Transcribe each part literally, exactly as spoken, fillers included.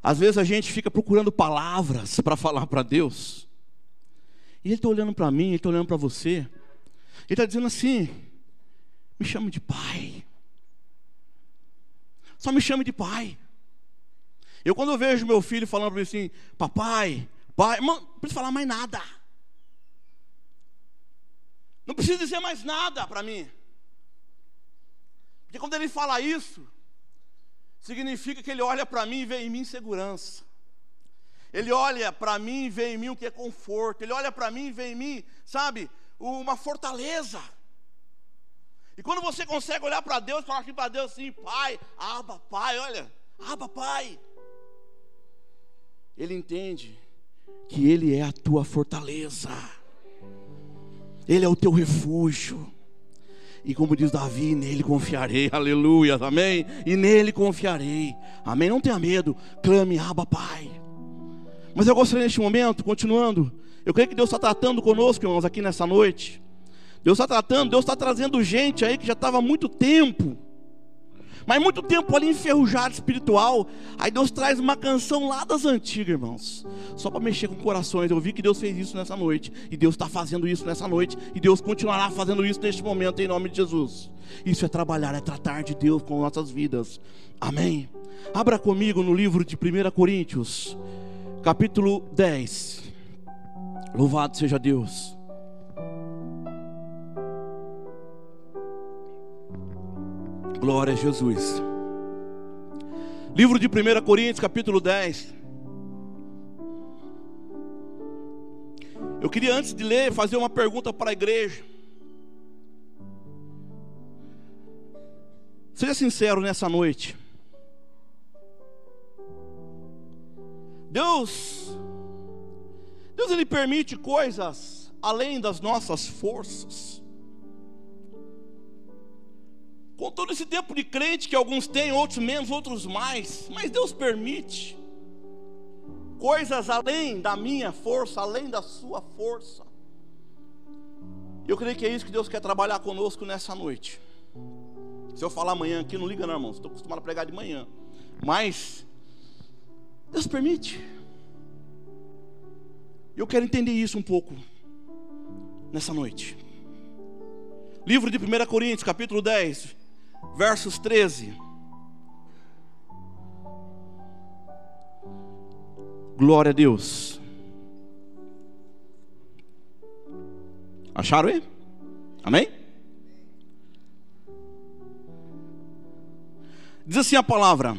Às vezes a gente fica procurando palavras para falar para Deus. E Ele está olhando para mim, Ele está olhando para você. Ele está dizendo assim: me chame de pai. Só me chame de pai. Eu quando eu vejo meu filho falando para mim assim: papai, pai, irmão, não precisa falar mais nada. Não precisa dizer mais nada para mim. Porque quando ele fala isso, significa que ele olha para mim e vê em mim segurança. Ele olha para mim e vê em mim o que é conforto. Ele olha para mim e vê em mim, sabe, uma fortaleza. E quando você consegue olhar para Deus, falar aqui para Deus assim: pai, aba, pai, olha, aba, pai. Ele entende que Ele é a tua fortaleza. Ele é o teu refúgio. E como diz Davi, nele confiarei, aleluia, amém? E nele confiarei, amém? Não tenha medo, clame, aba, pai. Mas eu gostaria neste momento, continuando, eu creio que Deus está tratando conosco, irmãos, aqui nessa noite. Deus está tratando, Deus está trazendo gente aí que já estava há muito tempo, mas muito tempo ali enferrujado espiritual. Aí Deus traz uma canção lá das antigas, irmãos, só para mexer com corações. Eu vi que Deus fez isso nessa noite, e Deus está fazendo isso nessa noite, e Deus continuará fazendo isso neste momento, em nome de Jesus. Isso é trabalhar, é tratar de Deus com nossas vidas, amém? Abra comigo no livro de primeira Coríntios, capítulo dez. Louvado seja Deus. Glória a Jesus. Livro de primeira Coríntios, capítulo dez. Eu queria, antes de ler, fazer uma pergunta para a igreja. Seja sincero nessa noite. Deus, Deus Ele permite coisas além das nossas forças. Com todo esse tempo de crente que alguns têm, outros menos, outros mais, mas Deus permite coisas além da minha força, além da sua força. Eu creio que é isso que Deus quer trabalhar conosco nessa noite. Se eu falar amanhã aqui, não liga não, irmãos, estou acostumado a pregar de manhã, mas Deus permite. Eu quero entender isso um pouco nessa noite. Livro de primeira Coríntios, capítulo dez, versos treze. Glória a Deus. Acharam aí? Amém? Diz assim a palavra: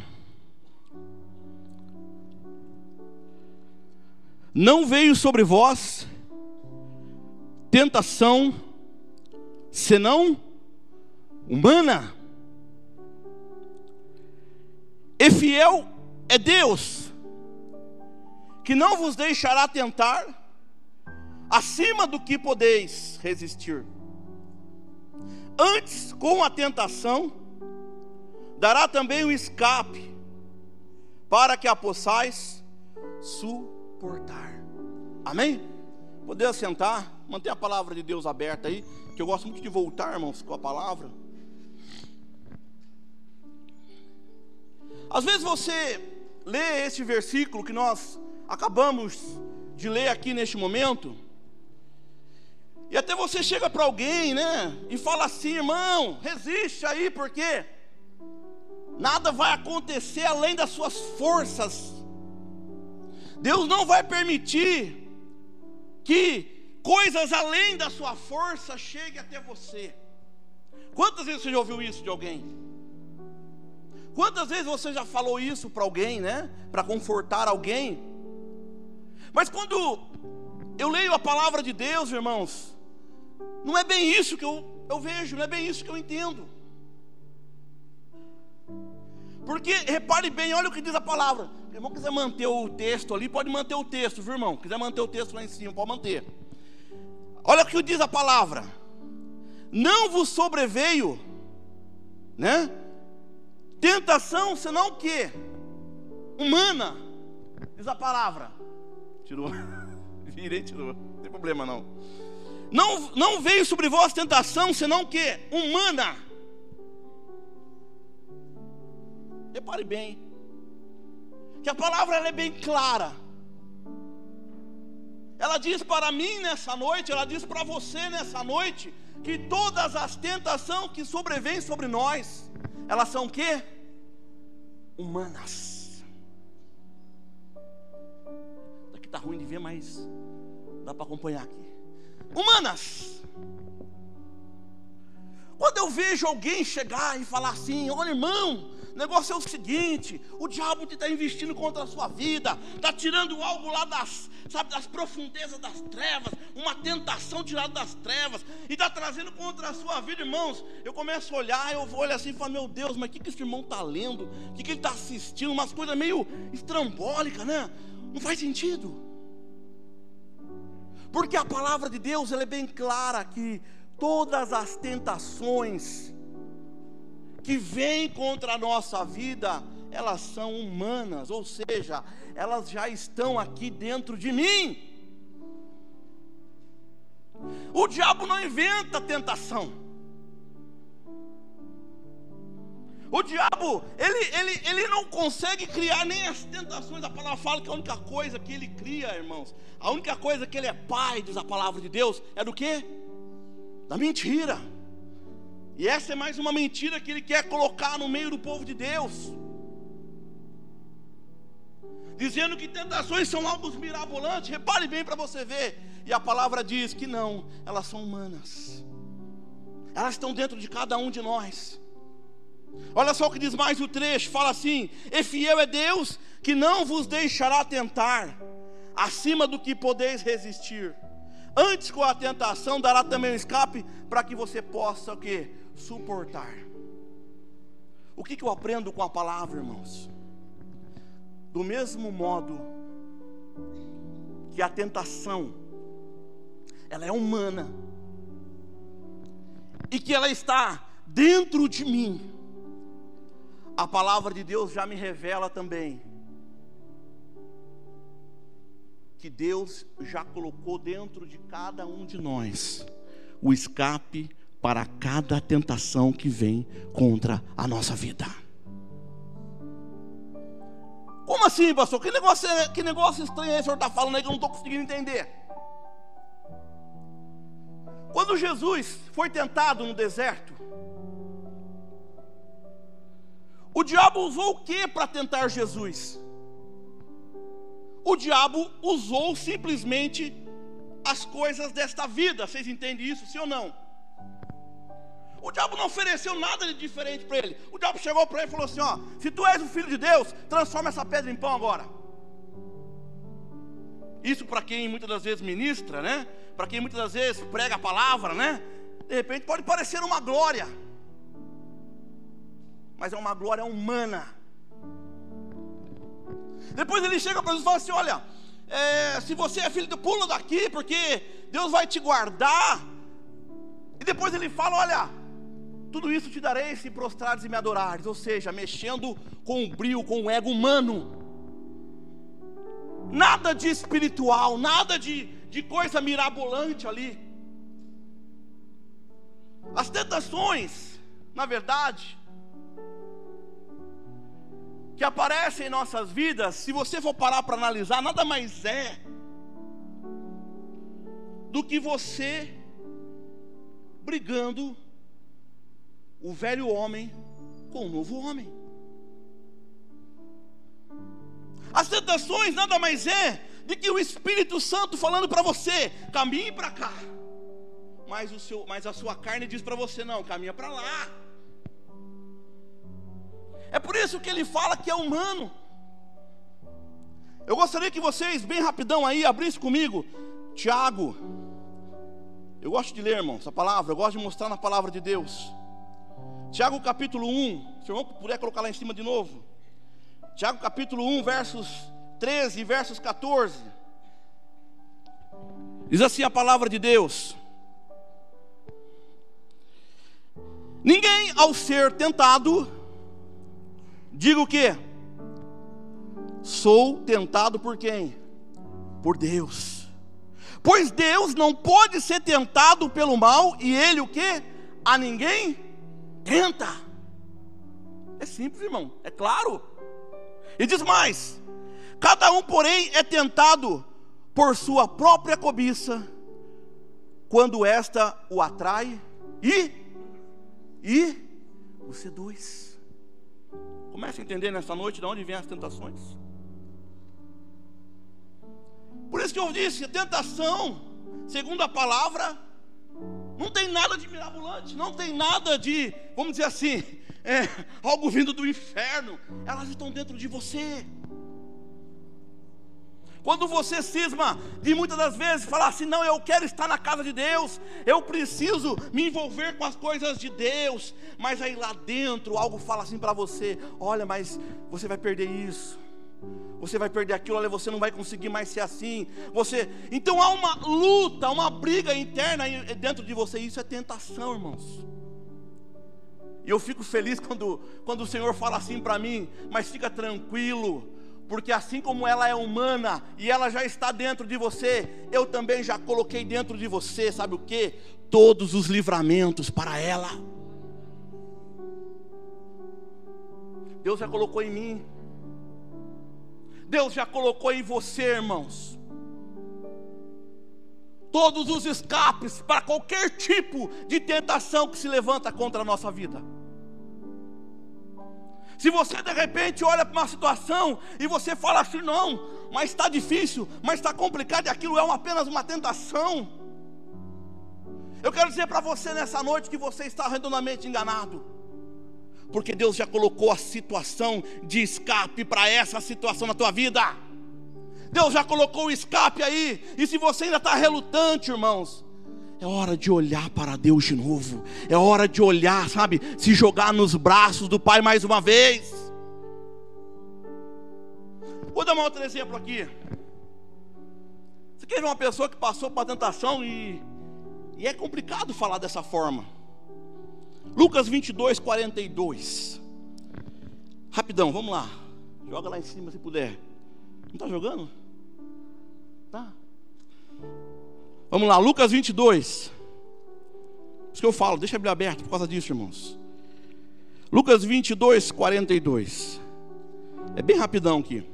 não veio sobre vós tentação senão humana, e fiel é Deus, que não vos deixará tentar acima do que podeis resistir. Antes, com a tentação, dará também o escape, para que a possais suportar. Amém? Poder assentar, manter a palavra de Deus aberta aí, que eu gosto muito de voltar, irmãos, com a palavra. Às vezes você lê esse versículo que nós acabamos de ler aqui neste momento, e até você chega para alguém, né, e fala assim: irmão, resiste aí, porque nada vai acontecer além das suas forças. Deus não vai permitir que coisas além da sua força cheguem até você. Quantas vezes você já ouviu isso de alguém? Quantas vezes você já falou isso para alguém, né? Para confortar alguém. Mas quando eu leio a palavra de Deus, irmãos, não é bem isso que eu, eu vejo, não é bem isso que eu entendo. Porque, repare bem, olha o que diz a palavra. Se o irmão quiser manter o texto ali, pode manter o texto, viu, irmão? Quiser manter o texto lá em cima, pode manter. Olha o que diz a palavra: não vos sobreveio, né, tentação senão o quê? Humana, diz a palavra. Tirou, virei, tirou, não tem problema não. Não, não veio sobre vós tentação senão o quê? Humana. Repare bem, que a palavra ela é bem clara. Ela diz para mim nessa noite, ela diz para você nessa noite, que todas as tentações que sobrevêm sobre nós, elas são o quê? Humanas. Daqui está ruim de ver, mas dá para acompanhar aqui. Humanas. Quando eu vejo alguém chegar e falar assim: olha, irmão, o negócio é o seguinte, o diabo está investindo contra a sua vida, está tirando algo lá das, sabe, das profundezas das trevas, uma tentação tirada das trevas, e está trazendo contra a sua vida, irmãos. Eu começo a olhar, eu vou olhar assim e falo: meu Deus, mas o que, que esse irmão está lendo? O que, que ele está assistindo? Umas coisas meio estrambólicas, né? Não faz sentido. Porque a palavra de Deus ela é bem clara que todas as tentações que vêm contra a nossa vida, elas são humanas, ou seja, elas já estão aqui dentro de mim. O diabo não inventa tentação. O diabo, ele, ele, ele não consegue criar nem as tentações. A palavra fala que a única coisa que ele cria, irmãos, a única coisa que ele é pai, diz a palavra de Deus, é do quê? Da mentira. E essa é mais uma mentira que ele quer colocar no meio do povo de Deus, dizendo que tentações são algo mirabolantes. Repare bem para você ver. E a palavra diz que não, elas são humanas. Elas estão dentro de cada um de nós. Olha só o que diz mais o trecho, fala assim: e fiel é Deus, que não vos deixará tentar acima do que podeis resistir. Antes, com a tentação, dará também um escape, para que você possa o quê? Suportar. O que, que eu aprendo com a palavra, irmãos? Do mesmo modo que a tentação, ela é humana, e que ela está dentro de mim, a palavra de Deus já me revela também que Deus já colocou dentro de cada um de nós o escape para cada tentação que vem contra a nossa vida. Como assim, pastor? Que negócio, é, que negócio estranho é esse que o senhor está falando aí que eu não estou conseguindo entender? Quando Jesus foi tentado no deserto, o diabo usou o que para tentar Jesus? O diabo usou simplesmente as coisas desta vida. Vocês entendem isso, sim ou não? O diabo não ofereceu nada de diferente para ele. O diabo chegou para ele e falou assim: ó, se tu és o filho de Deus, transforma essa pedra em pão agora. Isso para quem muitas das vezes ministra, né? Para quem muitas das vezes prega a palavra, né? De repente pode parecer uma glória, mas é uma glória humana. Depois ele chega para Jesus e fala assim: olha, é, se você é filho de Deus, pula daqui, porque Deus vai te guardar. E depois ele fala: olha, tudo isso te darei se prostrares e me adorares. Ou seja, mexendo com o brio, com o ego humano. Nada de espiritual, nada de, de coisa mirabolante ali. As tentações, na verdade, que aparecem em nossas vidas, se você for parar para analisar, nada mais é do que você brigando o velho homem com o novo homem. As tentações nada mais é do que o Espírito Santo falando para você: caminhe para cá, mas, o seu, mas a sua carne diz para você: não, caminha para lá. É por isso que ele fala que é humano. Eu gostaria que vocês, bem rapidão aí, abrissem comigo Tiago. Eu gosto de ler, irmão, essa palavra. Eu gosto de mostrar na palavra de Deus. Tiago capítulo um. Se o irmão puder colocar lá em cima de novo. Tiago capítulo um, versos treze e versos catorze. Diz assim a palavra de Deus: ninguém ao ser tentado diga o quê? Sou tentado por quem? Por Deus. Pois Deus não pode ser tentado pelo mal, e Ele o quê? A ninguém tenta. É simples, irmão, é claro. E diz mais: Cada um, porém, é tentado por sua própria cobiça, quando esta o atrai e, e o seduz. Comece a entender nessa noite de onde vêm as tentações. Por isso que eu disse, a tentação, segundo a palavra, não tem nada de mirabolante, não tem nada de, vamos dizer assim, é, algo vindo do inferno. Elas estão dentro de você. Quando você cisma de muitas das vezes falar assim, não, eu quero estar na casa de Deus, eu preciso me envolver com as coisas de Deus, mas aí lá dentro algo fala assim para você, olha, mas você vai perder isso, você vai perder aquilo, olha, você não vai conseguir mais ser assim, você... Então há uma luta, uma briga interna dentro de você, isso é tentação, irmãos. E eu fico feliz quando, quando o Senhor fala assim para mim, mas fica tranquilo, porque assim como ela é humana e ela já está dentro de você, eu também já coloquei dentro de você, sabe o que? Todos os livramentos para ela. Deus já colocou em mim, Deus já colocou em você, irmãos, todos os escapes para qualquer tipo de tentação que se levanta contra a nossa vida. Se você de repente olha para uma situação e você fala assim, não, mas está difícil, mas está complicado, e aquilo é uma, apenas uma tentação, eu quero dizer para você nessa noite que você está redondamente enganado, porque Deus já colocou a situação de escape para essa situação na tua vida. Deus já colocou o escape aí, e se você ainda está relutante, irmãos, é hora de olhar para Deus de novo. É hora de olhar, sabe, se jogar nos braços do Pai mais uma vez. Vou dar um outro exemplo aqui. Você quer ver uma pessoa que passou por uma tentação e, e é complicado falar dessa forma. Lucas vinte e dois, quarenta e dois. Rapidão, vamos lá. Joga lá em cima se puder. Não está jogando? Tá. Vamos lá, Lucas vinte e dois. Isso que eu falo, deixa a Bíblia aberta por causa disso, irmãos. Lucas vinte e dois, quarenta e dois. É bem rapidão aqui.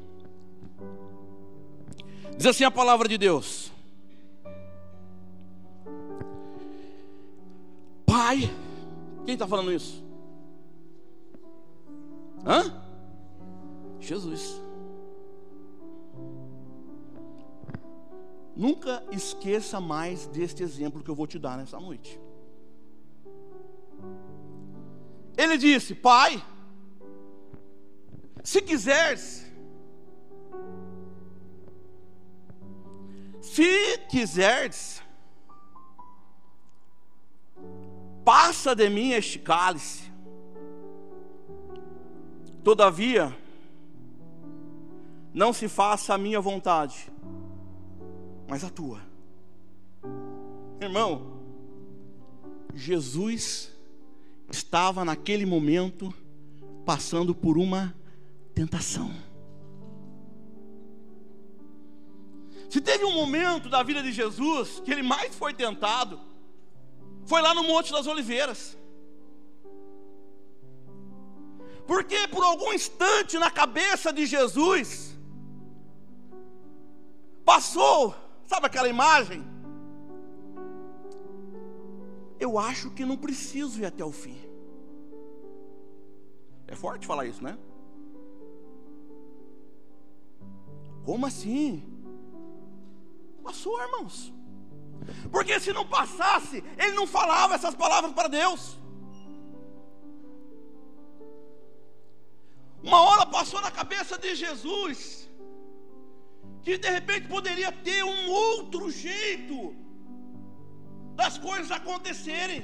Diz assim a palavra de Deus: Pai, quem está falando isso? Hã? Jesus. Nunca esqueça mais deste exemplo que eu vou te dar nessa noite. Ele disse: Pai, se quiseres, se quiseres, passa de mim este cálice. Todavia, não se faça a minha vontade, mas a tua. Irmão, Jesus estava naquele momento passando por uma tentação. Se teve um momento da vida de Jesus que ele mais foi tentado, foi lá no Monte das Oliveiras. Porque por algum instante na cabeça de Jesus passou, sabe aquela imagem? Eu acho que não preciso ir até o fim. É forte falar isso, né? Como assim? Passou, irmãos. Porque se não passasse, ele não falava essas palavras para Deus. Uma hora passou na cabeça de Jesus que de repente poderia ter um outro jeito das coisas acontecerem.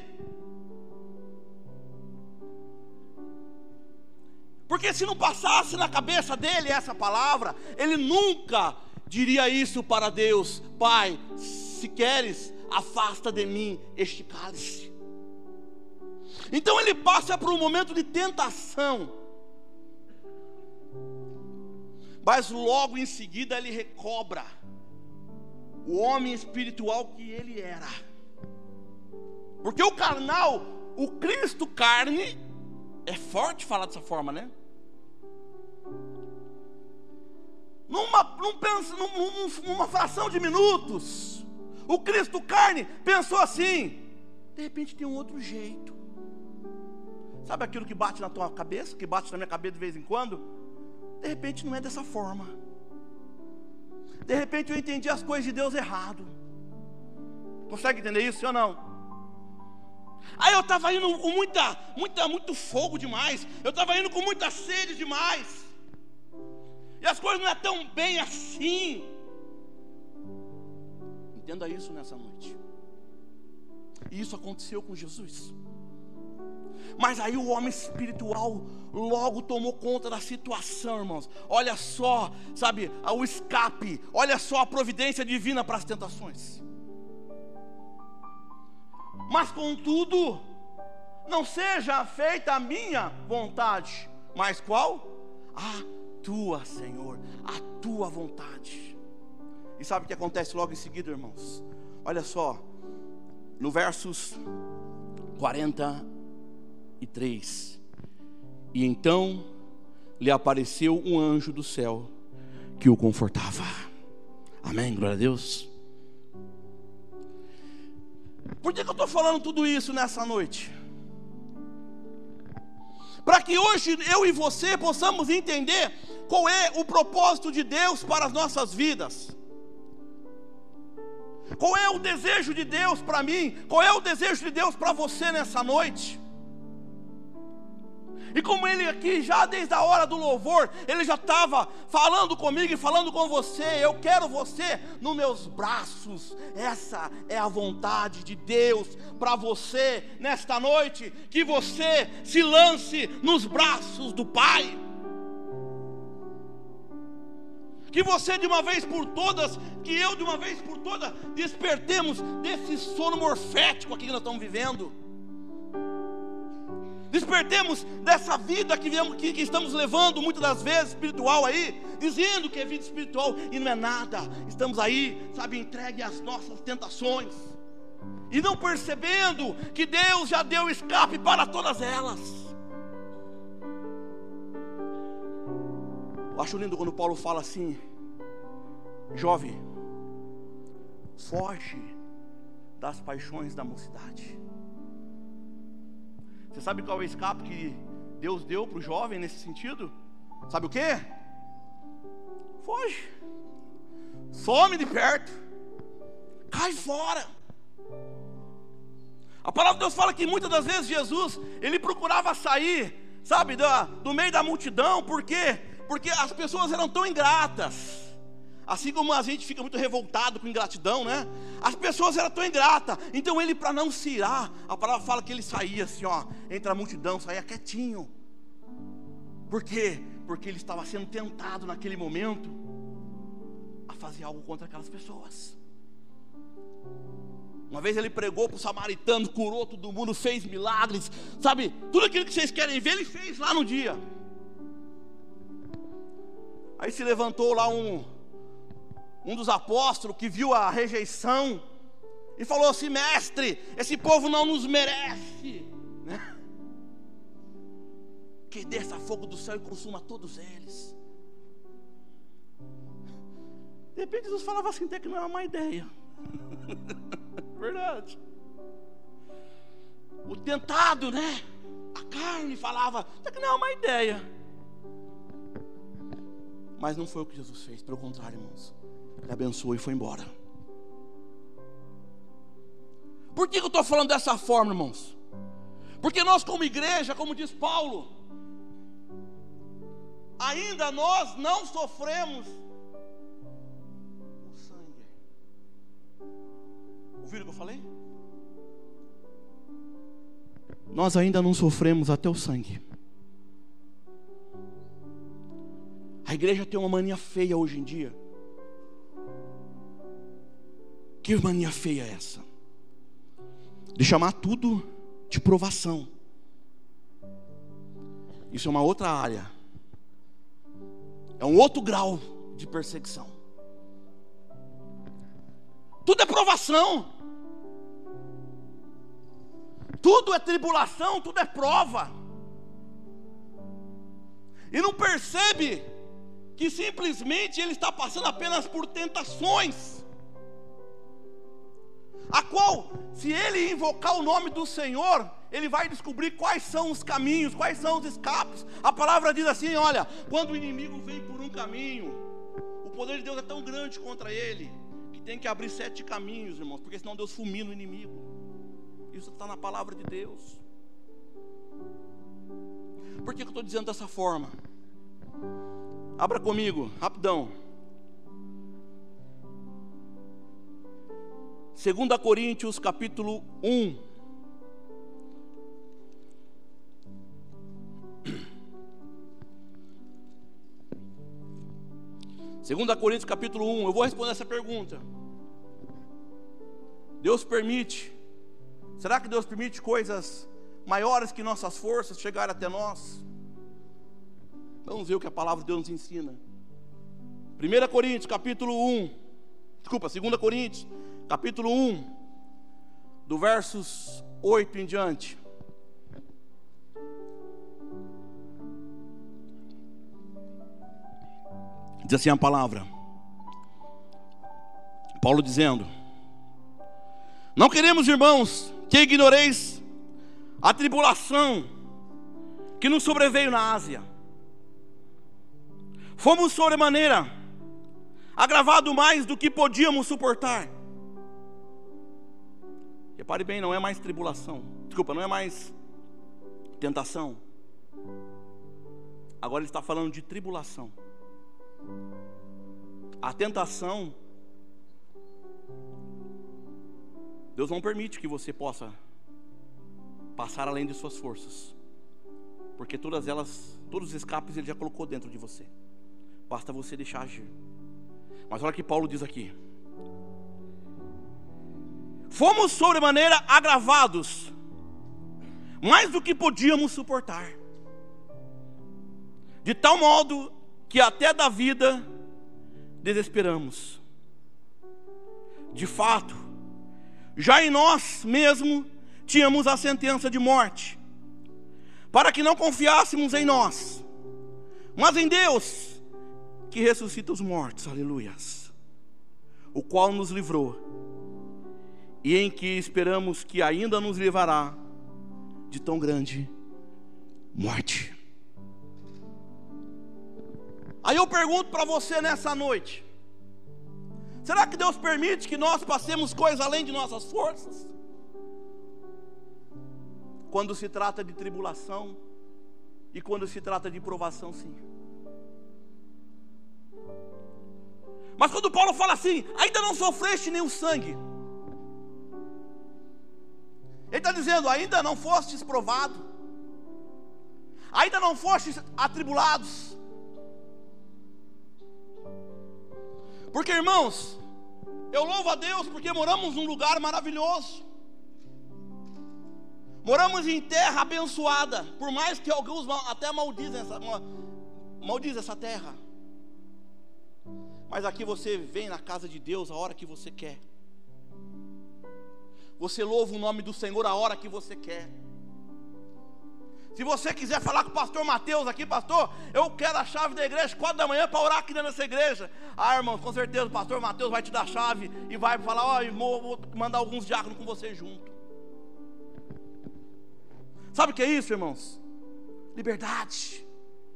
Porque se não passasse na cabeça dele essa palavra, ele nunca diria isso para Deus: Pai, se queres, afasta de mim este cálice. Então ele passa por um momento de tentação, mas logo em seguida ele recobra o homem espiritual que ele era. Porque o carnal, o Cristo carne, é forte falar dessa forma, né? numa, num, num, numa fração de minutos, o Cristo carne pensou assim: de repente tem um outro jeito. Sabe aquilo que bate na tua cabeça, que bate na minha cabeça de vez em quando? De repente não é dessa forma. De repente eu entendi as coisas de Deus errado. Consegue entender isso, sim ou não? Aí eu estava indo com muita, muita, muito fogo demais. Eu estava indo com muita sede demais. E as coisas não é tão bem assim. Entenda isso nessa noite. E isso aconteceu com Jesus. Mas aí o homem espiritual logo tomou conta da situação, irmãos. Olha só, sabe, o escape. Olha só a providência divina para as tentações. Mas contudo, não seja feita a minha vontade, mas qual? A tua, Senhor, a tua vontade. E sabe o que acontece logo em seguida, irmãos? Olha só, no versos quarenta e três. E então lhe apareceu um anjo do céu que o confortava. Amém, glória a Deus. Por que, que eu estou falando tudo isso nessa noite? Para que hoje eu e você possamos entender qual é o propósito de Deus para as nossas vidas. Qual é o desejo de Deus para mim? Qual é o desejo de Deus para você nessa noite? E como ele aqui, já desde a hora do louvor, ele já estava falando comigo e falando com você: eu quero você nos meus braços. Essa é a vontade de Deus para você nesta noite, que você se lance nos braços do Pai. Que você de uma vez por todas, que eu de uma vez por todas, despertemos desse sono morfético aqui que nós estamos vivendo. Despertemos dessa vida que, viemos, que, que estamos levando muitas das vezes espiritual aí, dizendo que é vida espiritual e não é nada. Estamos aí, sabe, entregue às nossas tentações e não percebendo que Deus já deu escape para todas elas. Eu acho lindo quando Paulo fala assim: jovem, foge das paixões da mocidade. Você sabe qual é o escape que Deus deu para o jovem nesse sentido? Sabe o que? Foge, some de perto, cai fora. A palavra de Deus fala que muitas das vezes Jesus, ele procurava sair, sabe, do, do meio da multidão. Por quê? Porque as pessoas eram tão ingratas. Assim como a gente fica muito revoltado com ingratidão, né? As pessoas eram tão ingratas. Então ele, para não se irar, a palavra fala que ele saía assim, ó, entre a multidão, saía quietinho. Por quê? Porque ele estava sendo tentado naquele momento a fazer algo contra aquelas pessoas. Uma vez ele pregou para o samaritano, curou todo mundo, fez milagres, sabe? Tudo aquilo que vocês querem ver, ele fez lá no dia. Aí se levantou lá um Um dos apóstolos que viu a rejeição e falou assim: mestre, esse povo não nos merece, né? Que desça fogo do céu e consuma todos eles. De repente Jesus falava assim, até que não é uma má ideia. Verdade. O tentado, né? A carne falava, até que não é uma má ideia. Mas não foi o que Jesus fez, pelo contrário, irmãos. Ele abençoou e foi embora. Por que eu estou falando dessa forma, irmãos? Porque nós como igreja, como diz Paulo, ainda nós não sofremos o sangue. Ouviram o que eu falei? Nós ainda não sofremos até o sangue. A igreja tem uma mania feia hoje em dia. Que mania feia é essa? De chamar tudo de provação. Isso é uma outra área. É um outro grau de perseguição. Tudo é provação. Tudo é tribulação, tudo é prova. E não percebe que simplesmente ele está passando apenas por tentações, a qual, se ele invocar o nome do Senhor, ele vai descobrir quais são os caminhos, quais são os escapes. A palavra diz assim: olha, quando o inimigo vem por um caminho, o poder de Deus é tão grande contra ele, que tem que abrir sete caminhos, irmãos, porque senão Deus fulmina o inimigo. Isso está na palavra de Deus. Por que eu estou dizendo dessa forma? Abra comigo, rapidão. Segunda Coríntios, capítulo um. Segunda Coríntios, capítulo um. Eu vou responder essa pergunta. Deus permite? Será que Deus permite coisas maiores que nossas forças chegarem até nós? Vamos ver o que a palavra de Deus nos ensina. Primeira Coríntios, capítulo um. Desculpa, Segunda Coríntios, capítulo um, do versos oito em diante. Diz assim a palavra, Paulo dizendo: não queremos, irmãos, que ignoreis a tribulação que nos sobreveio na Ásia. Fomos sobremaneira agravado mais do que podíamos suportar. Repare bem, não é mais tribulação, desculpa, não é mais tentação. Agora ele está falando de tribulação. A tentação, Deus não permite que você possa passar além de suas forças, porque todas elas, todos os escapes Ele já colocou dentro de você. Basta você deixar agir. Mas olha o que Paulo diz aqui: fomos sobremaneira agravados, mais do que podíamos suportar, de tal modo que até da vida desesperamos. De fato, já em nós mesmo tínhamos a sentença de morte, para que não confiássemos em nós, mas em Deus, que ressuscita os mortos, aleluias, o qual nos livrou, e em que esperamos que ainda nos livrará de tão grande morte. Aí eu pergunto para você nessa noite: será que Deus permite que nós passemos coisas além de nossas forças? Quando se trata de tribulação e quando se trata de provação, sim. Mas quando Paulo fala assim, ainda não sofreste nem o sangue, ele está dizendo, ainda não fostes provados, ainda não fostes atribulados. Porque, irmãos, eu louvo a Deus porque moramos num lugar maravilhoso, moramos em terra abençoada, por mais que alguns até maldizem essa, maldizem essa terra. Mas aqui você vem na casa de Deus a hora que você quer, você louva o nome do Senhor a hora que você quer. Se você quiser falar com o pastor Mateus aqui, pastor, eu quero a chave da igreja, quatro da manhã, para orar aqui dentro dessa igreja. Ah, irmão, com certeza o pastor Mateus vai te dar a chave e vai falar, ó, oh, vou, vou mandar alguns diáconos com você junto. Sabe o que é isso, irmãos? Liberdade.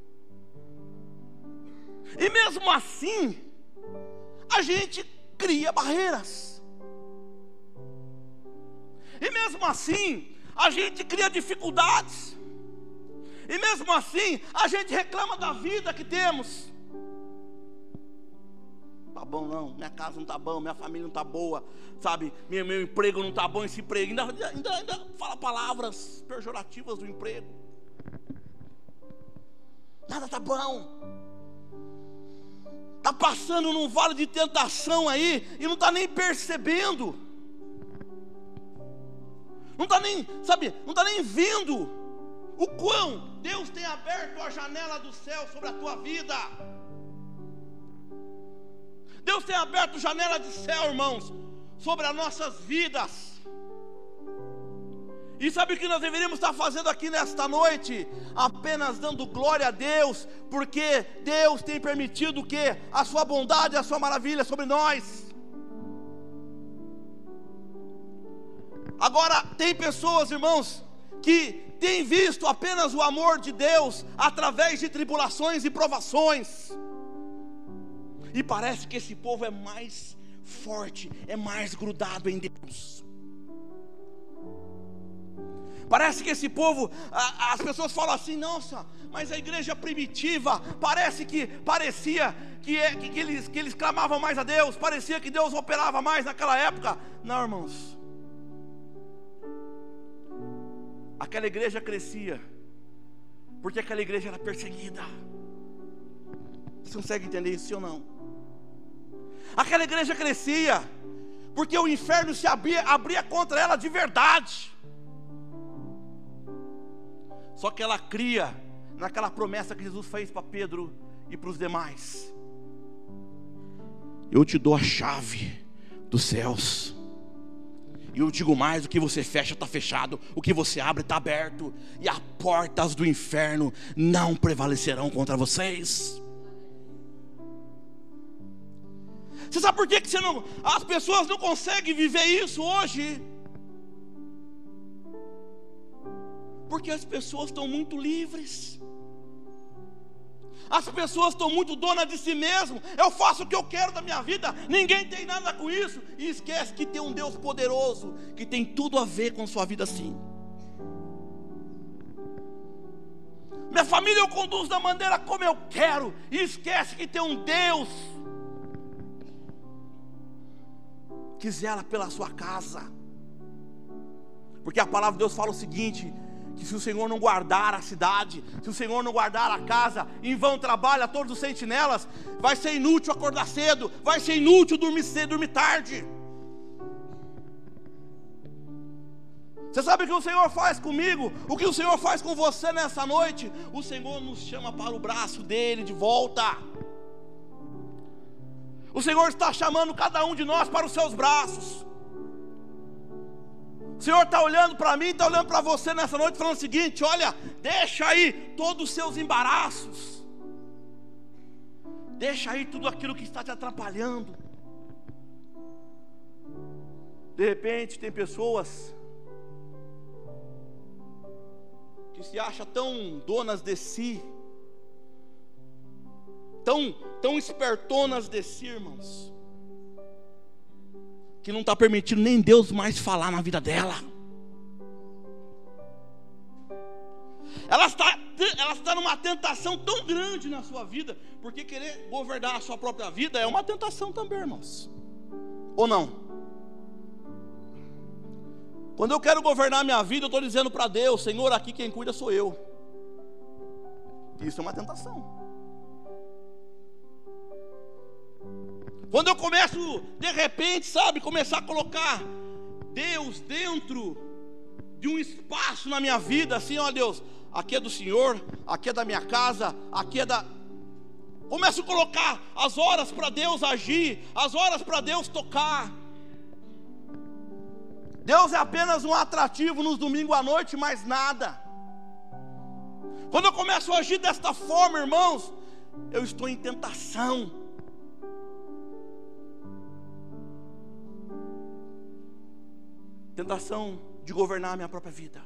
E mesmo assim, a gente cria barreiras. E mesmo assim, a gente cria dificuldades. E mesmo assim, a gente reclama da vida que temos. Não tá bom não, minha casa não tá bom, minha família não tá boa, sabe, meu, meu emprego não tá bom, esse emprego, ainda, ainda, ainda fala palavras pejorativas do emprego. Nada tá bom. Tá passando num vale de tentação aí e não tá nem percebendo. Não tá nem, sabe, não tá nem vendo o quão Deus tem aberto a janela do céu sobre a tua vida. Deus tem aberto a janela de céu, irmãos, sobre as nossas vidas. E sabe o que nós deveríamos estar fazendo aqui nesta noite? Apenas dando glória a Deus, porque Deus tem permitido o quê? A sua bondade, a sua maravilha sobre nós. Agora, tem pessoas, irmãos, que têm visto apenas o amor de Deus através de tribulações e provações. E parece que esse povo é mais forte, é mais grudado em Deus. Parece que esse povo, a, as pessoas falam assim: nossa, mas a igreja primitiva, parece que, parecia que, é, que, que, eles, que eles clamavam mais a Deus, parecia que Deus operava mais naquela época. Não, irmãos, aquela igreja crescia, porque aquela igreja era perseguida. Você consegue entender isso, sim ou não? Aquela igreja crescia, porque o inferno se abria, abria contra ela de verdade. Só que ela cria naquela promessa que Jesus fez para Pedro e para os demais: eu te dou a chave dos céus. E eu digo mais: o que você fecha está fechado, o que você abre está aberto, e as portas do inferno não prevalecerão contra vocês. Você sabe por que, que você não, as pessoas não conseguem viver isso hoje? Porque as pessoas estão muito livres. As pessoas estão muito donas de si mesmo. Eu faço o que eu quero da minha vida, ninguém tem nada com isso. E esquece que tem um Deus poderoso, que tem tudo a ver com sua vida assim. Minha família eu conduzo da maneira como eu quero. E esquece que tem um Deus que zela pela sua casa. Porque a palavra de Deus fala o seguinte: que se o Senhor não guardar a cidade, se o Senhor não guardar a casa, em vão trabalha todos os sentinelas. Vai ser inútil acordar cedo, vai ser inútil dormir cedo, dormir tarde. Você sabe o que o Senhor faz comigo? O que o Senhor faz com você nessa noite? O Senhor nos chama para o braço dele de volta. O Senhor está chamando cada um de nós para os seus braços. O Senhor está olhando para mim, está olhando para você nessa noite, falando o seguinte: olha, deixa aí todos os seus embaraços, deixa aí tudo aquilo que está te atrapalhando. De repente tem pessoas que se acham tão donas de si, tão, tão espertonas de si, irmãos, que não está permitindo nem Deus mais falar na vida dela. Ela está, ela está numa tentação tão grande na sua vida, porque querer governar a sua própria vida é uma tentação também, irmãos. Ou não? Quando eu quero governar a minha vida, eu estou dizendo para Deus: Senhor, aqui quem cuida sou eu. Isso é uma tentação. Quando eu começo, de repente, sabe, começar a colocar Deus dentro de um espaço na minha vida, assim, ó Deus, aqui é do Senhor, aqui é da minha casa, aqui é da... Começo a colocar as horas para Deus agir, as horas para Deus tocar. Deus é apenas um atrativo nos domingos à noite, mais nada. Quando eu começo a agir desta forma, irmãos, eu estou em tentação. Tentação de governar a minha própria vida.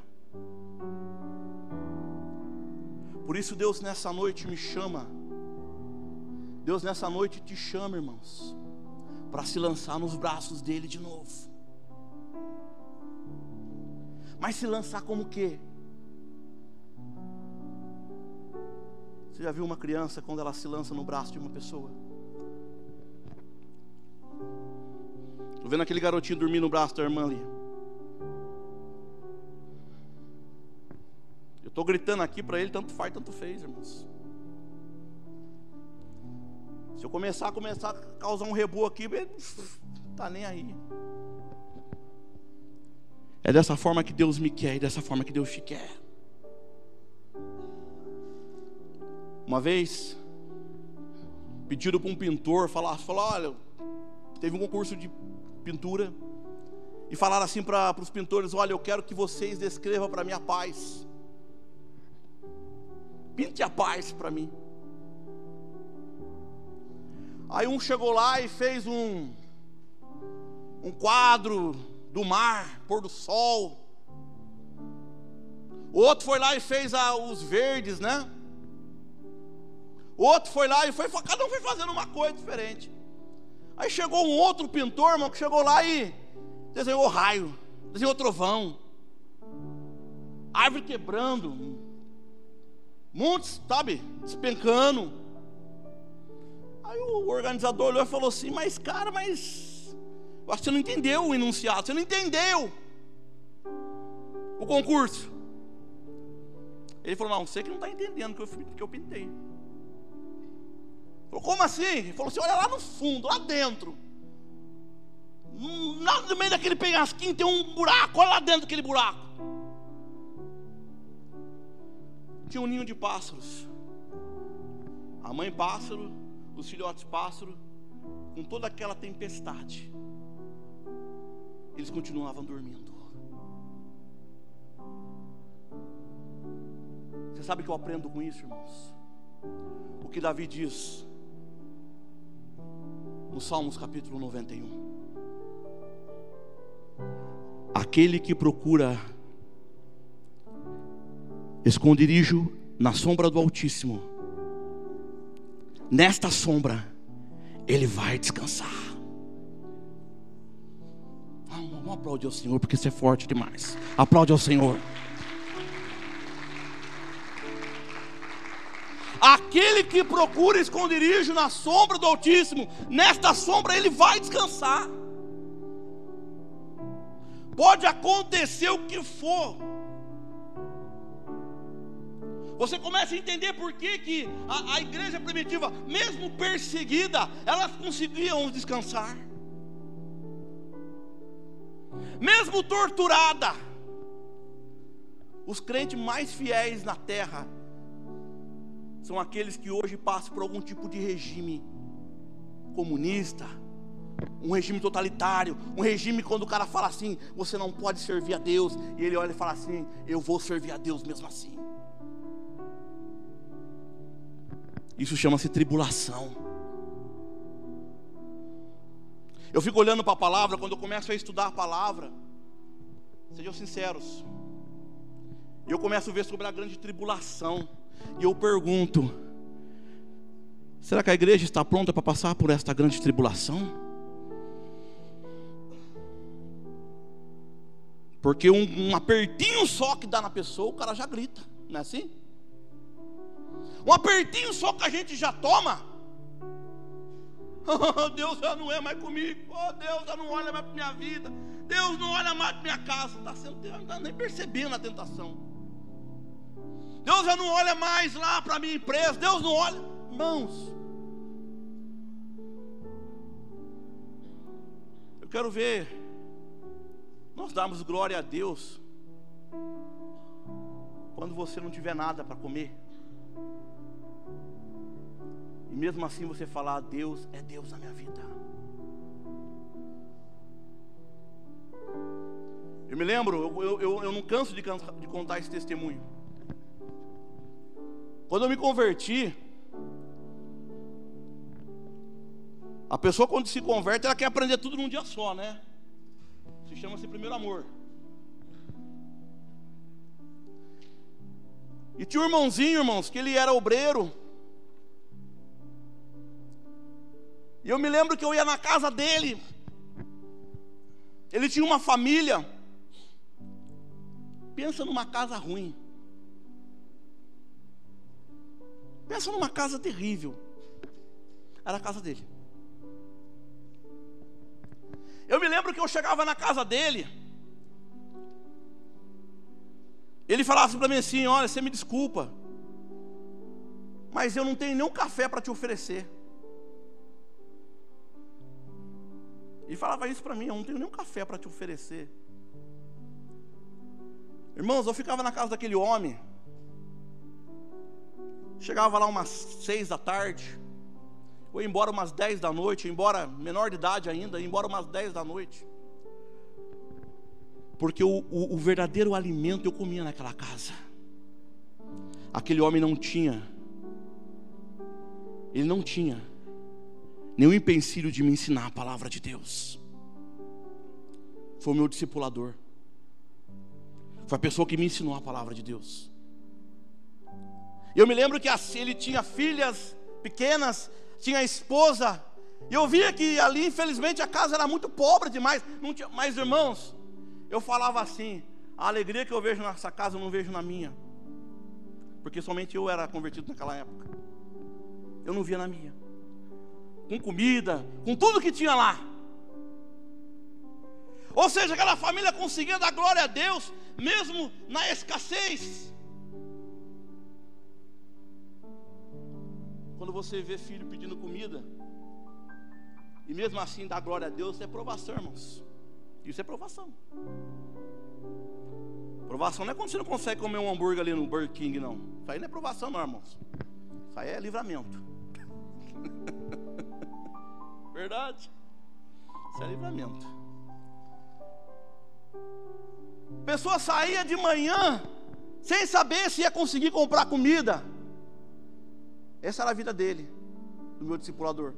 Por isso Deus nessa noite me chama. Deus nessa noite te chama, irmãos, para se lançar nos braços dele de novo. Mas se lançar como o quê? Você já viu uma criança quando ela se lança no braço de uma pessoa? Estou vendo aquele garotinho dormir no braço da irmã ali. Eu estou gritando aqui para ele, tanto faz, tanto fez, irmãos. Se eu começar a começar a causar um rebu aqui, ele não está nem aí. É dessa forma que Deus me quer, e dessa forma que Deus te quer. Uma vez pediram para um pintor falar, falou, olha, teve um concurso de pintura e falaram assim para os pintores: olha, eu quero que vocês descrevam para mim a paz. Pinte a paz para mim. Aí um chegou lá e fez um, um quadro do mar, pôr do sol. O outro foi lá e fez a, os verdes, né? O outro foi lá e foi, cada um foi fazendo uma coisa diferente. Aí chegou um outro pintor, irmão, que chegou lá e desenhou raio, desenhou trovão, árvore quebrando, montes, sabe, despencando. Aí o organizador olhou e falou assim: mas cara, mas eu acho que você não entendeu o enunciado, você não entendeu o concurso. Ele falou: não, você que não está entendendo o que eu, que eu pintei. Ele falou: como assim? Ele falou assim: olha lá no fundo, lá dentro, lá no meio daquele penhasquinho tem um buraco, olha lá dentro daquele buraco. Tinha um ninho de pássaros, a mãe pássaro, os filhotes pássaro, com toda aquela tempestade, eles continuavam dormindo. Você sabe o que eu aprendo com isso, irmãos? O que Davi diz no Salmos capítulo noventa e um: aquele que procura esconderijo na sombra do Altíssimo, nesta sombra ele vai descansar. Vamos, vamos aplaudir ao Senhor, porque isso é forte demais. Aplaude ao Senhor. Aquele que procura esconderijo na sombra do Altíssimo, nesta sombra ele vai descansar. Pode acontecer o que for. Você começa a entender por que, que a, a igreja primitiva, mesmo perseguida, elas conseguiam descansar. Mesmo torturada, os crentes mais fiéis na terra são aqueles que hoje passam por algum tipo de regime comunista, um regime totalitário, um regime quando o cara fala assim: você não pode servir a Deus, e ele olha e fala assim: eu vou servir a Deus mesmo assim. Isso chama-se tribulação. Eu fico olhando para a palavra, quando eu começo a estudar a palavra, sejam sinceros, eu começo a ver sobre a grande tribulação, e eu pergunto: será que a igreja está pronta para passar por esta grande tribulação? Porque um, um apertinho só que dá na pessoa, o cara já grita, não é assim? Um apertinho só que a gente já toma, oh, Deus já não é mais comigo, oh, Deus já não olha mais para minha vida, Deus não olha mais para minha casa, está sendo, não está nem percebendo a tentação. Deus já não olha mais lá para a minha empresa, Deus não olha. Irmãos, eu quero ver nós darmos glória a Deus quando você não tiver nada para comer, e mesmo assim você falar: Deus é Deus na minha vida. Eu me lembro, eu, eu, eu não canso de, de contar esse testemunho. Quando eu me converti, a pessoa quando se converte, ela quer aprender tudo num dia só, né? Se chama-se primeiro amor. E tinha um irmãozinho, irmãos, que ele era obreiro. E eu me lembro que eu ia na casa dele. Ele tinha uma família. Pensa numa casa ruim. Pensa numa casa terrível. Era a casa dele. Eu me lembro que eu chegava na casa dele, ele falava assim para mim assim: olha, você me desculpa, mas eu não tenho nenhum café para te oferecer. Ele falava isso para mim: eu não tenho nenhum café para te oferecer. Irmãos, eu ficava na casa daquele homem, chegava lá umas seis da tarde, ou ia embora umas dez da noite, embora menor de idade ainda, ia embora umas dez da noite. Porque o, o, o verdadeiro alimento eu comia naquela casa. Aquele homem não tinha, ele não tinha nenhum empecilho de me ensinar a palavra de Deus. Foi o meu discipulador. Foi a pessoa que me ensinou a palavra de Deus. Eu me lembro que ele tinha filhas pequenas, tinha esposa, e eu via que ali, infelizmente, a casa era muito pobre demais. Não tinha, mas, irmãos, eu falava assim: a alegria que eu vejo nessa casa eu não vejo na minha, porque somente eu era convertido naquela época. Eu não via na minha, com comida, com tudo que tinha lá. Ou seja, aquela família conseguia dar glória a Deus, mesmo na escassez. Quando você vê filho pedindo comida, e mesmo assim dá glória a Deus, isso é provação, irmãos. Isso é provação. Provação não é quando você não consegue comer um hambúrguer ali no Burger King, não. Isso aí não é provação, não, irmãos. Isso aí é livramento. Verdade? Isso é livramento. A pessoa saía de manhã sem saber se ia conseguir comprar comida. Essa era a vida dele, do meu discipulador.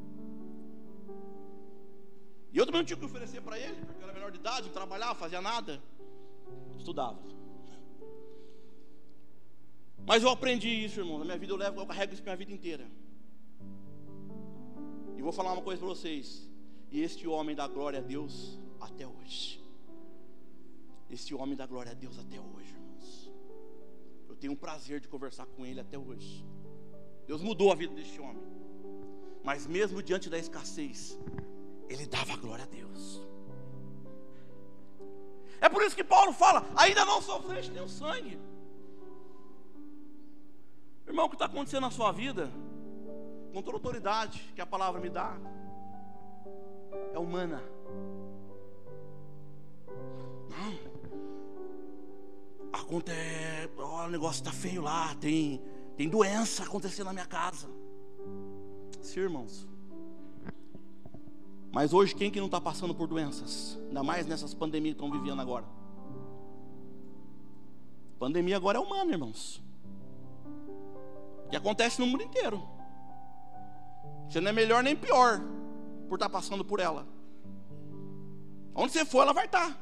E eu também não tinha o que oferecer para ele, porque eu era menor de idade, não trabalhava, fazia nada, estudava. Mas eu aprendi isso, irmão. Na minha vida eu levo, eu carrego isso para a minha vida inteira. E vou falar uma coisa para vocês. E este homem dá glória a Deus até hoje. Este homem dá glória a Deus até hoje, irmãos. Eu tenho um prazer de conversar com ele até hoje. Deus mudou a vida deste homem. Mas mesmo diante da escassez, ele dava glória a Deus. É por isso que Paulo fala: ainda não sofreste nem o sangue. Irmão, o que está acontecendo na sua vida, com toda a autoridade que a palavra me dá, é humana. Não. A conta é, oh, o negócio está feio lá, tem, tem doença acontecendo na minha casa. Sim, irmãos. Mas hoje quem que não está passando por doenças? Ainda mais nessas pandemias que estão vivendo agora. Pandemia agora é humana, irmãos. Que acontece no mundo inteiro. Você não é melhor nem pior por estar passando por ela. Onde você for, ela vai estar.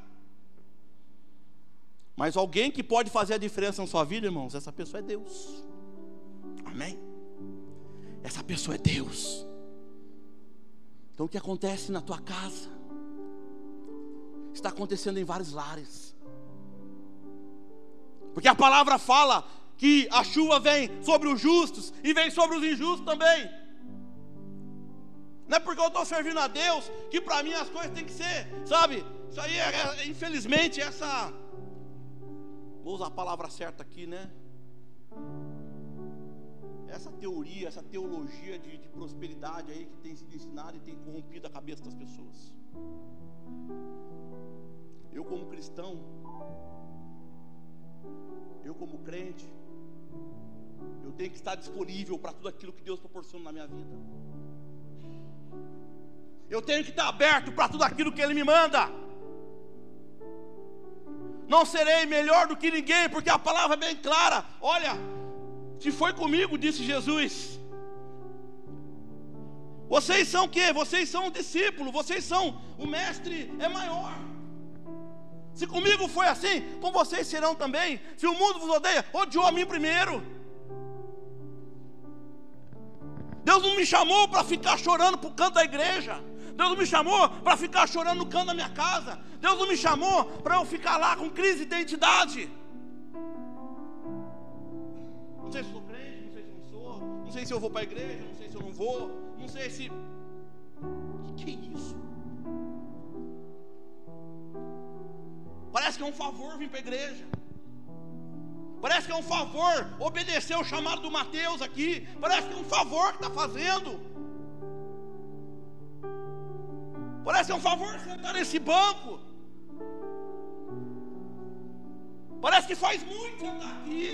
Mas alguém que pode fazer a diferença na sua vida, irmãos, essa pessoa é Deus. Amém? Essa pessoa é Deus. Então o que acontece na tua casa está acontecendo em vários lares. Porque a palavra fala que a chuva vem sobre os justos e vem sobre os injustos também. Não é porque eu estou servindo a Deus que para mim as coisas têm que ser, sabe? Isso aí é, é infelizmente, essa... Vou usar a palavra certa aqui, né? Essa teoria, essa teologia de, de prosperidade aí que tem sido ensinada e tem corrompido a cabeça das pessoas. Eu como cristão, eu como crente, eu tenho que estar disponível para tudo aquilo que Deus proporciona na minha vida. Eu tenho que estar aberto para tudo aquilo que Ele me manda. Não serei melhor do que ninguém, porque a palavra é bem clara. Olha, se foi comigo, disse Jesus, vocês são o quê? Vocês são o discípulo, vocês são, o mestre é maior. Se comigo foi assim, com vocês serão também. Se o mundo vos odeia, odiou a mim primeiro. Deus não me chamou para ficar chorando para o canto da igreja. Deus não me chamou para ficar chorando no canto da minha casa. Deus não me chamou para eu ficar lá com crise de identidade. Não sei se sou crente, não sei se não sou, não sei se eu vou para a igreja, não sei se eu não vou, não sei se... O que, que é isso? Parece que é um favor vir para a igreja. Parece que é um favor obedecer o chamado do Mateus aqui. Parece que é um favor que está fazendo. Parece que é um favor sentar nesse banco. Parece que faz muito sentar aqui.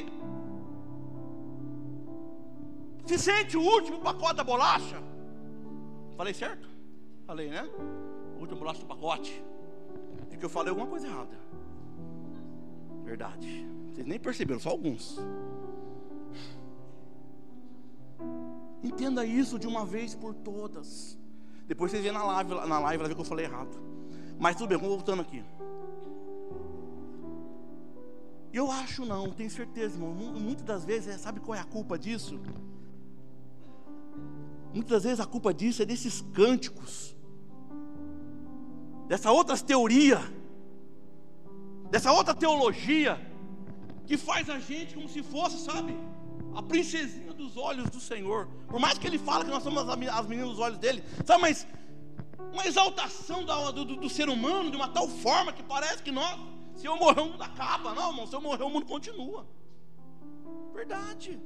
Se sente o último pacote da bolacha. Falei certo? Falei, né? O último bolacha do pacote. de que eu falei alguma coisa errada. Verdade. Vocês nem perceberam, só alguns. Entenda isso de uma vez por todas. Depois vocês vêem na live, na live vai ver que eu falei errado. Mas tudo bem, vamos voltando aqui. Eu acho não, tenho certeza, irmão. Muitas das vezes, sabe qual é a culpa disso? Muitas das vezes a culpa disso é desses cânticos, dessa outras teoria, dessa outra teologia, que faz a gente como se fosse, sabe, a princesinha dos olhos do Senhor. Por mais que Ele fale que nós somos as meninas dos olhos dele, sabe, mas uma exaltação do, do, do ser humano de uma tal forma que parece que nós, se eu morrer o mundo acaba. Não, irmão, se eu morrer o mundo continua. Verdade.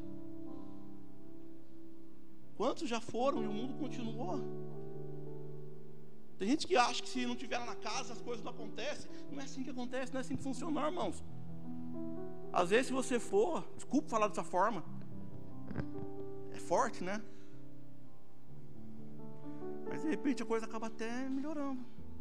Quantos já foram e o mundo continuou? Tem gente que acha que se não estiver na casa as coisas não acontecem. Não é assim que acontece, não é assim que funciona, irmãos. Às vezes se você for, desculpa falar dessa forma, é forte, né? Mas de repente a coisa acaba até melhorando.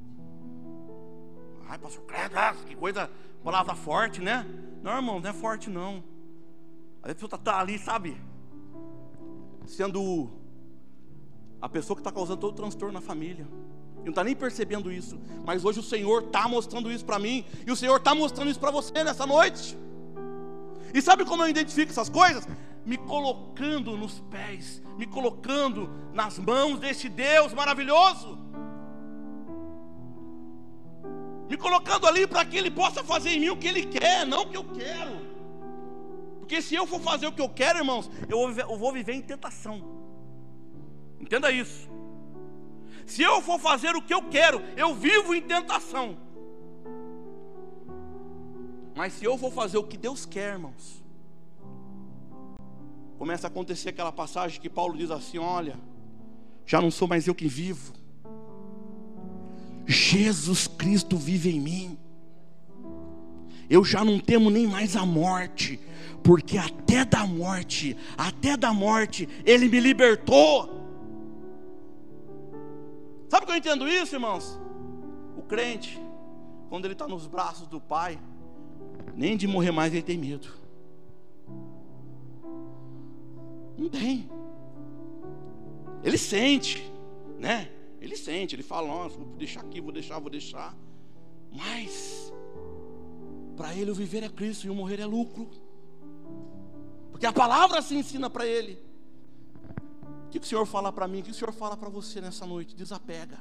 Ai, pastor Credo, que coisa, palavra forte, né? Não, irmão, não é forte não. Às vezes a pessoa está ali, sabe, sendo a pessoa que está causando todo o transtorno na família. E não está nem percebendo isso. Mas hoje o Senhor está mostrando isso para mim. E o Senhor está mostrando isso para você nessa noite. E sabe como eu identifico essas coisas? Me colocando nos pés, me colocando nas mãos desse Deus maravilhoso. Me colocando ali para que Ele possa fazer em mim o que Ele quer, não o que eu quero. Porque se eu for fazer o que eu quero, irmãos, eu vou viver, eu vou viver em tentação. Entenda isso. Se eu for fazer o que eu quero, eu vivo em tentação. Mas se eu for fazer o que Deus quer, irmãos, começa a acontecer aquela passagem que Paulo diz assim: olha, já não sou mais eu que vivo, Jesus Cristo vive em mim. Eu já não temo nem mais a morte, porque até da morte, até da morte, Ele me libertou. Sabe que eu entendo isso, irmãos? O crente, quando ele está nos braços do Pai, nem de morrer mais ele tem medo. Não tem. Ele sente, né? Ele sente, ele fala: nossa, vou deixar aqui, vou deixar, vou deixar. Mas para ele o viver é Cristo e o morrer é lucro. Porque a palavra se ensina para ele. O que o Senhor fala para mim? O que o Senhor fala para você nessa noite? Desapega.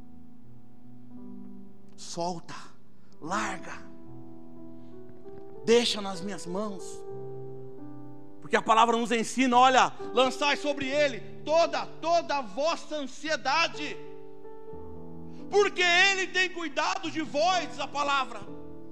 Solta. Larga. Deixa nas minhas mãos. Porque a palavra nos ensina, olha, lançai sobre Ele toda, toda a vossa ansiedade. Porque Ele tem cuidado de vós, diz a palavra.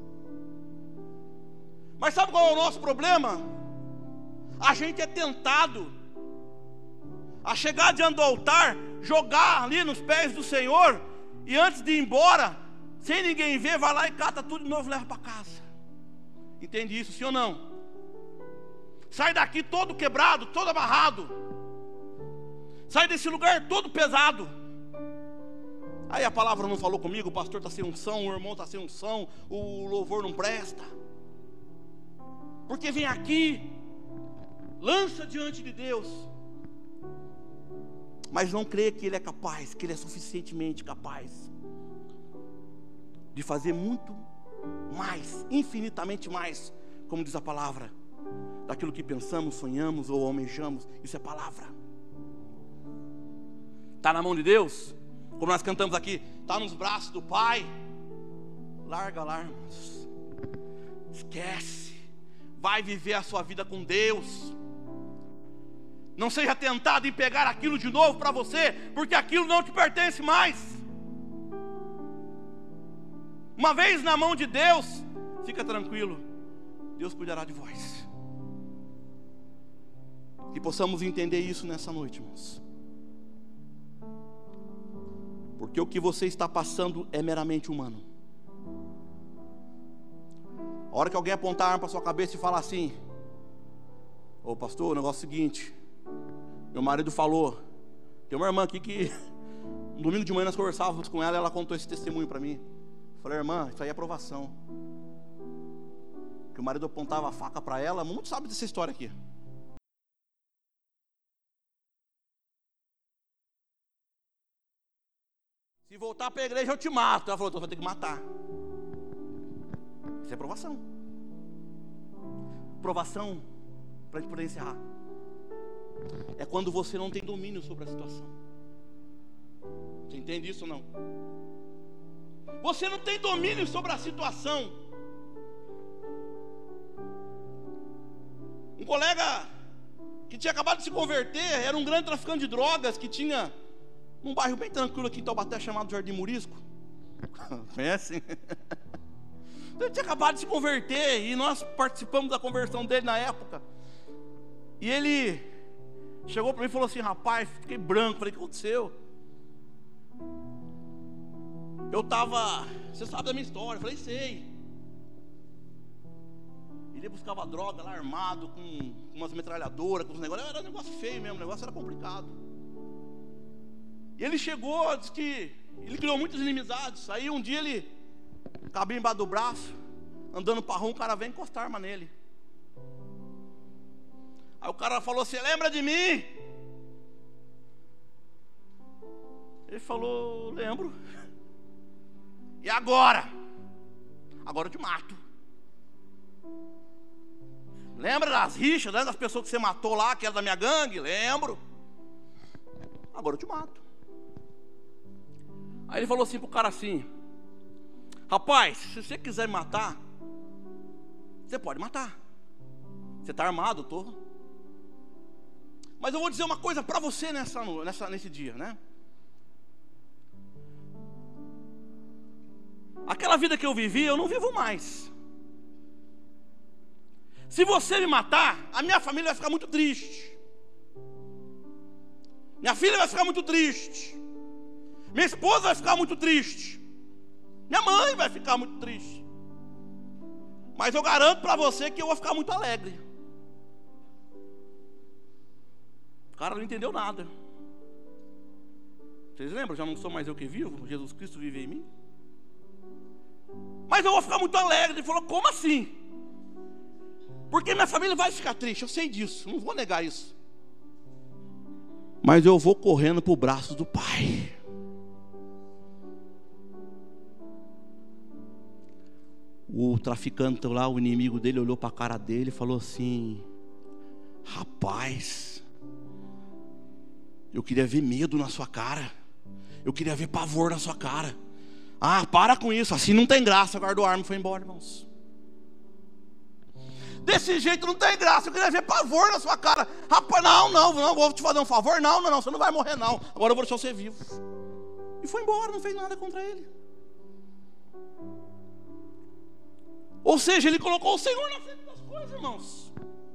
Mas sabe qual é o nosso problema? A gente é tentado a chegar diante do altar, jogar ali nos pés do Senhor, e antes de ir embora, sem ninguém ver, vai lá e cata tudo de novo e leva para casa. Entende isso, sim ou não? Sai daqui todo quebrado, todo amarrado. Sai desse lugar todo pesado. Aí a palavra não falou comigo, o pastor está sem unção, o irmão está sem unção, o louvor não presta. Porque vem aqui, lança diante de Deus, mas não crê que Ele é capaz, que Ele é suficientemente capaz de fazer muito mais, infinitamente mais, como diz a palavra, daquilo que pensamos, sonhamos ou almejamos. Isso é palavra. Está na mão de Deus, como nós cantamos aqui, está nos braços do Pai. Larga lá, irmãos. Esquece. Vai viver a sua vida com Deus. Não seja tentado em pegar aquilo de novo para você, porque aquilo não te pertence mais. Uma vez na mão de Deus, fica tranquilo, Deus cuidará de vós. Que possamos entender isso nessa noite, irmãos. Porque o que você está passando é meramente humano. A hora que alguém apontar a arma para sua cabeça e falar assim: ô pastor, o negócio é o seguinte, meu marido falou, tem uma irmã aqui que no domingo de manhã nós conversávamos com ela, ela contou esse testemunho para mim. Falei, irmã, isso aí é provação. Que o marido apontava a faca para ela. Muitos sabem dessa história aqui. Se voltar para a igreja eu te mato. Ela falou, então vai ter que matar. Isso é provação. Provação, para a gente poder encerrar, é quando você não tem domínio sobre a situação. Você entende isso ou não? Você não tem domínio sobre a situação. Um colega que tinha acabado de se converter, era um grande traficante de drogas, que tinha num bairro bem tranquilo aqui em Taubaté, chamado Jardim Murisco. Conhecem? Ele tinha acabado de se converter, e nós participamos da conversão dele na época. E ele chegou para mim e falou assim, rapaz, fiquei branco. Falei, o que aconteceu? Eu estava, você sabe da minha história. Eu falei, sei. Ele buscava droga lá armado, com umas metralhadoras, com uns negócios. Era um negócio feio mesmo, o negócio era complicado. E ele chegou, disse que ele criou muitas inimizades. Aí um dia ele, cabinho embaixo do braço, andando para rua, um cara vem encostar a arma nele. Aí o cara falou assim, lembra de mim? Ele falou, lembro. E agora? Agora eu te mato. Lembra das rixas, né, das pessoas que você matou lá, que era da minha gangue? Lembro. Agora eu te mato. Aí ele falou assim pro cara assim, rapaz, se você quiser me matar, você pode matar. Você está armado, tô. Mas eu vou dizer uma coisa para você nessa, nessa, nesse dia, né? Aquela vida que eu vivi, eu não vivo mais. Se você me matar, a minha família vai ficar muito triste. Minha filha vai ficar muito triste. Minha esposa vai ficar muito triste. Minha mãe vai ficar muito triste. Mas eu garanto para você que eu vou ficar muito alegre. O cara não entendeu nada. Vocês lembram? Já não sou mais eu que vivo, Jesus Cristo vive em mim. Mas eu vou ficar muito alegre. Ele falou, como assim? Porque minha família vai ficar triste, eu sei disso, não vou negar isso. Mas eu vou correndo para o braço do Pai. O traficante lá, o inimigo dele, olhou para a cara dele e falou assim, rapaz, eu queria ver medo na sua cara. Eu queria ver pavor na sua cara. Ah, para com isso, assim não tem graça. Guardou a arma e foi embora, irmãos. Desse jeito não tem graça. Eu queria ver pavor na sua cara. Rapaz, não, não, não, vou te fazer um favor. Não, não, não, você não vai morrer não. Agora eu vou deixar você vivo. E foi embora, não fez nada contra ele. Ou seja, ele colocou o Senhor na frente das coisas, irmãos.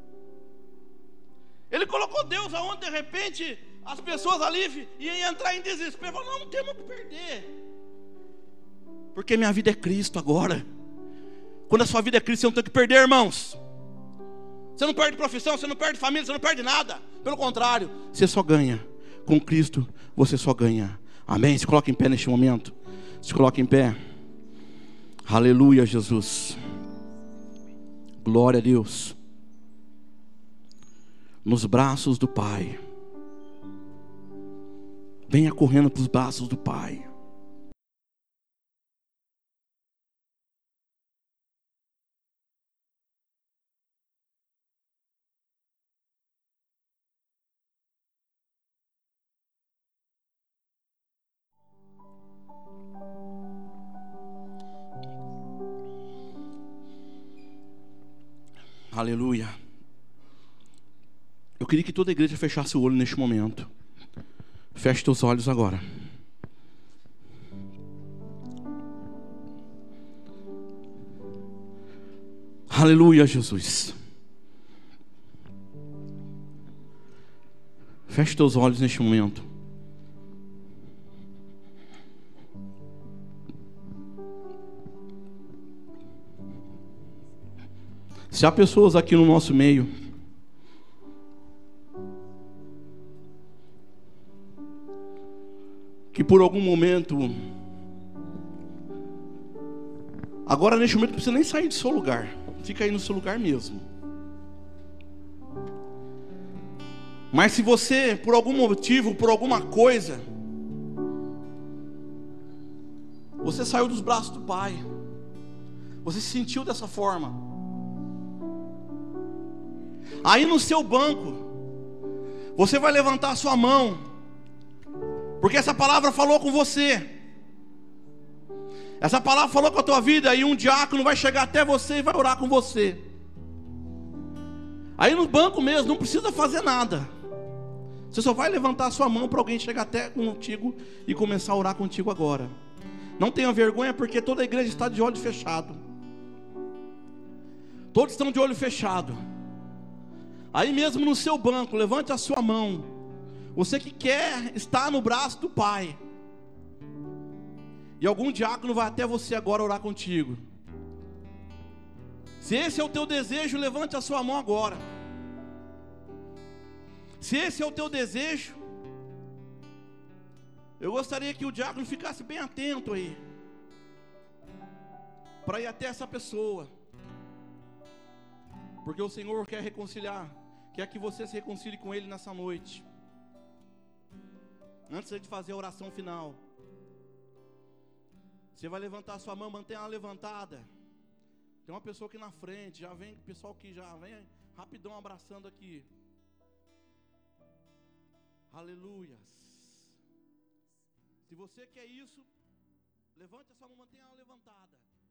Ele colocou Deus aonde de repente as pessoas ali iam entrar em desespero. Falaram, não, não temos o que perder. Porque minha vida é Cristo agora. Quando a sua vida é Cristo, você não tem o que perder, irmãos. Você não perde profissão, você não perde família, você não perde nada. Pelo contrário, você só ganha. Com Cristo, você só ganha. Amém? Se coloca em pé neste momento. Se coloca em pé. Aleluia, Jesus. Glória a Deus. Nos braços do Pai. Venha correndo para os braços do Pai. Aleluia. Eu queria que toda a igreja fechasse o olho neste momento. Feche teus olhos agora. Aleluia, Jesus. Feche teus olhos neste momento. Se há pessoas aqui no nosso meio que por algum momento Agora, neste momento, não precisa nem sair do seu lugar. Fica aí no seu lugar mesmo. Mas se você, por algum motivo, por alguma coisa, você saiu dos braços do Pai, você se sentiu dessa forma, aí no seu banco, você vai levantar a sua mão, porque essa palavra falou com você. Essa palavra falou com a tua vida, e um diácono vai chegar até você e vai orar com você. Aí no banco mesmo, não precisa fazer nada. Você só vai levantar a sua mão para alguém chegar até contigo e começar a orar contigo agora. Não tenha vergonha, porque toda a igreja está de olho fechado. Todos estão de olho fechado. Aí mesmo no seu banco, levante a sua mão. Você que quer estar no braço do Pai. E algum diácono vai até você agora orar contigo. Se esse é o teu desejo, levante a sua mão agora. Se esse é o teu desejo, eu gostaria que o diácono ficasse bem atento aí, para ir até essa pessoa, porque o Senhor quer reconciliar, quer que você se reconcilie com Ele nessa noite. Antes de fazer a oração final, você vai levantar a sua mão, mantenha ela levantada. Tem uma pessoa aqui na frente, já vem, pessoal que já vem rapidão abraçando aqui. Aleluias. Se você quer isso, levante a sua mão, mantenha ela levantada.